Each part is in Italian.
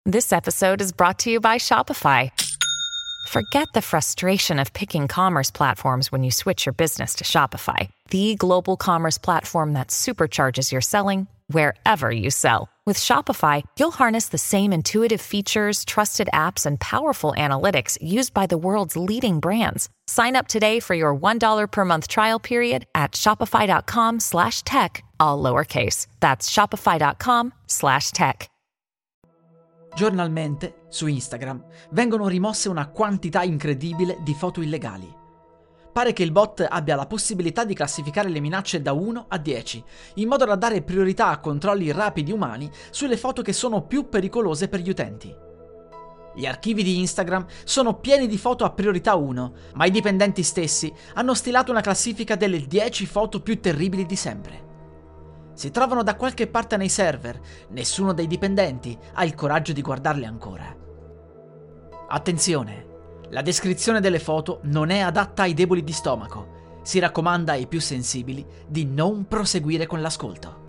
This episode is brought to you by Shopify. Forget the frustration of picking commerce platforms when you switch your business to Shopify, the global commerce platform that supercharges your selling wherever you sell. With Shopify, you'll harness the same intuitive features, trusted apps, and powerful analytics used by the world's leading brands. Sign up today for your $1 per month trial period at shopify.com/tech, all lowercase. That's shopify.com/tech. Giornalmente, su Instagram, vengono rimosse una quantità incredibile di foto illegali. Pare che il bot abbia la possibilità di classificare le minacce da 1 a 10, in modo da dare priorità a controlli rapidi umani sulle foto che sono più pericolose per gli utenti. Gli archivi di Instagram sono pieni di foto a priorità 1, ma i dipendenti stessi hanno stilato una classifica delle 10 foto più terribili di sempre. Si trovano da qualche parte nei server, nessuno dei dipendenti ha il coraggio di guardarle ancora. Attenzione! La descrizione delle foto non è adatta ai deboli di stomaco. Si raccomanda ai più sensibili di non proseguire con l'ascolto.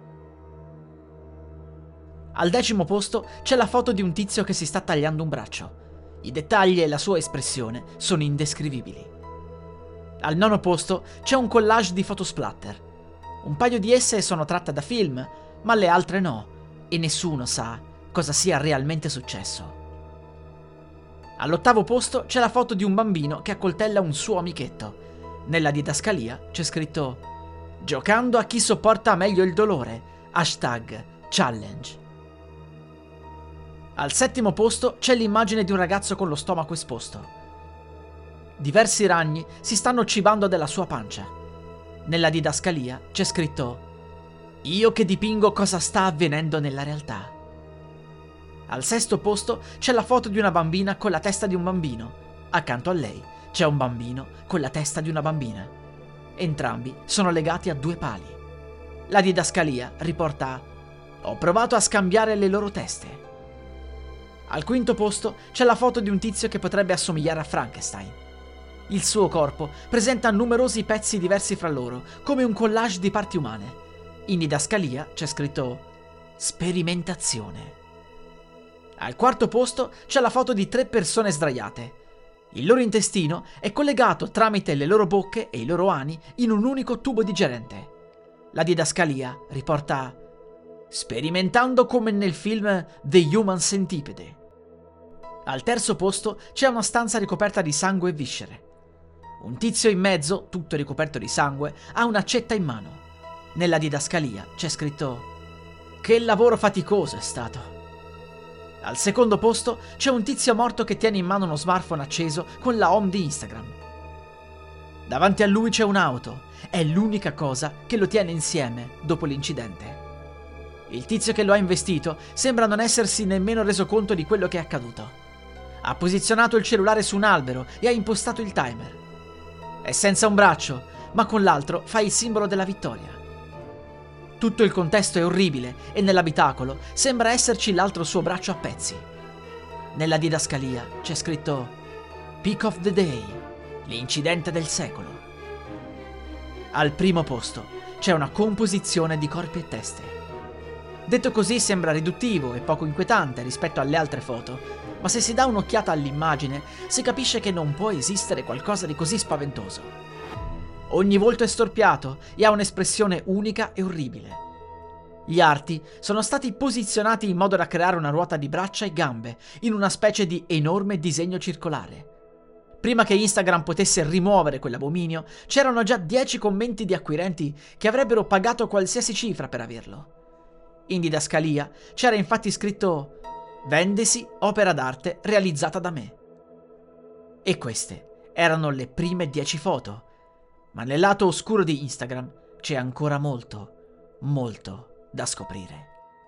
Al 10° posto c'è la foto di un tizio che si sta tagliando un braccio. I dettagli e la sua espressione sono indescrivibili. Al 9° posto c'è un collage di foto splatter. Un paio di esse sono tratte da film, ma le altre no, e nessuno sa cosa sia realmente successo. All'8° posto c'è la foto di un bambino che accoltella un suo amichetto. Nella didascalia c'è scritto «Giocando a chi sopporta meglio il dolore, #challenge». Al 7° posto c'è l'immagine di un ragazzo con lo stomaco esposto. Diversi ragni si stanno cibando della sua pancia. Nella didascalia c'è scritto «Io che dipingo cosa sta avvenendo nella realtà». Al 6° posto c'è la foto di una bambina con la testa di un bambino. Accanto a lei c'è un bambino con la testa di una bambina. Entrambi sono legati a 2 pali. La didascalia riporta «Ho provato a scambiare le loro teste». Al 5° posto c'è la foto di un tizio che potrebbe assomigliare a Frankenstein. Il suo corpo presenta numerosi pezzi diversi fra loro, come un collage di parti umane. In didascalia c'è scritto «Sperimentazione». Al 4° posto c'è la foto di 3 persone sdraiate. Il loro intestino è collegato tramite le loro bocche e i loro ani in un unico tubo digerente. La didascalia riporta «Sperimentando come nel film The Human Centipede». Al 3° posto c'è una stanza ricoperta di sangue e viscere. Un tizio in mezzo, tutto ricoperto di sangue, ha un'accetta in mano. Nella didascalia c'è scritto «Che lavoro faticoso è stato». Al 2° posto c'è un tizio morto che tiene in mano uno smartphone acceso con la home di Instagram. Davanti a lui c'è un'auto, è l'unica cosa che lo tiene insieme dopo l'incidente. Il tizio che lo ha investito sembra non essersi nemmeno reso conto di quello che è accaduto. Ha posizionato il cellulare su un albero e ha impostato il timer. È senza un braccio, ma con l'altro fa il simbolo della vittoria. Tutto il contesto è orribile e nell'abitacolo sembra esserci l'altro suo braccio a pezzi. Nella didascalia c'è scritto «Peak of the Day, l'incidente del secolo». Al 1° posto c'è una composizione di corpi e teste. Detto così sembra riduttivo e poco inquietante rispetto alle altre foto, ma se si dà un'occhiata all'immagine si capisce che non può esistere qualcosa di così spaventoso. Ogni volto è storpiato e ha un'espressione unica e orribile. Gli arti sono stati posizionati in modo da creare una ruota di braccia e gambe in una specie di enorme disegno circolare. Prima che Instagram potesse rimuovere quell'abominio, c'erano già 10 commenti di acquirenti che avrebbero pagato qualsiasi cifra per averlo. In didascalia c'era infatti scritto «Vendesi, opera d'arte realizzata da me». E queste erano le prime 10 foto, ma nel lato oscuro di Instagram c'è ancora molto, molto da scoprire.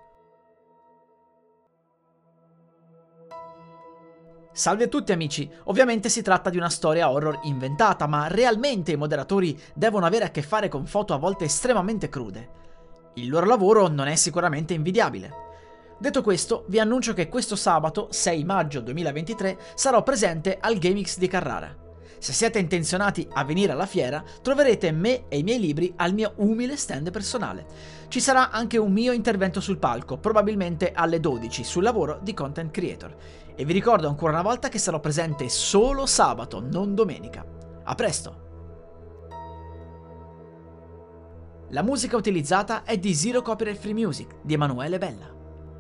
Salve a tutti amici, ovviamente si tratta di una storia horror inventata, ma realmente i moderatori devono avere a che fare con foto a volte estremamente crude. Il loro lavoro non è sicuramente invidiabile. Detto questo, vi annuncio che questo sabato, 6 maggio 2023, sarò presente al GameX di Carrara. Se siete intenzionati a venire alla fiera, troverete me e i miei libri al mio umile stand personale. Ci sarà anche un mio intervento sul palco, probabilmente alle 12, sul lavoro di content creator. E vi ricordo ancora una volta che sarò presente solo sabato, non domenica. A presto! La musica utilizzata è di Zero Copyright Free Music di Emanuele Bella.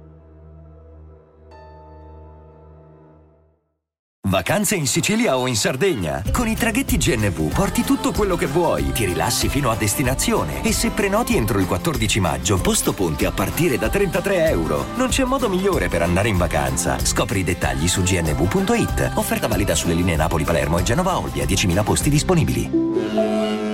Vacanze in Sicilia o in Sardegna. Con i traghetti GNV porti tutto quello che vuoi, ti rilassi fino a destinazione e se prenoti entro il 14 maggio, posto ponti a partire da €33. Non c'è modo migliore per andare in vacanza. Scopri i dettagli su gnv.it. Offerta valida sulle linee Napoli-Palermo e Genova-Olbia, 10.000 posti disponibili.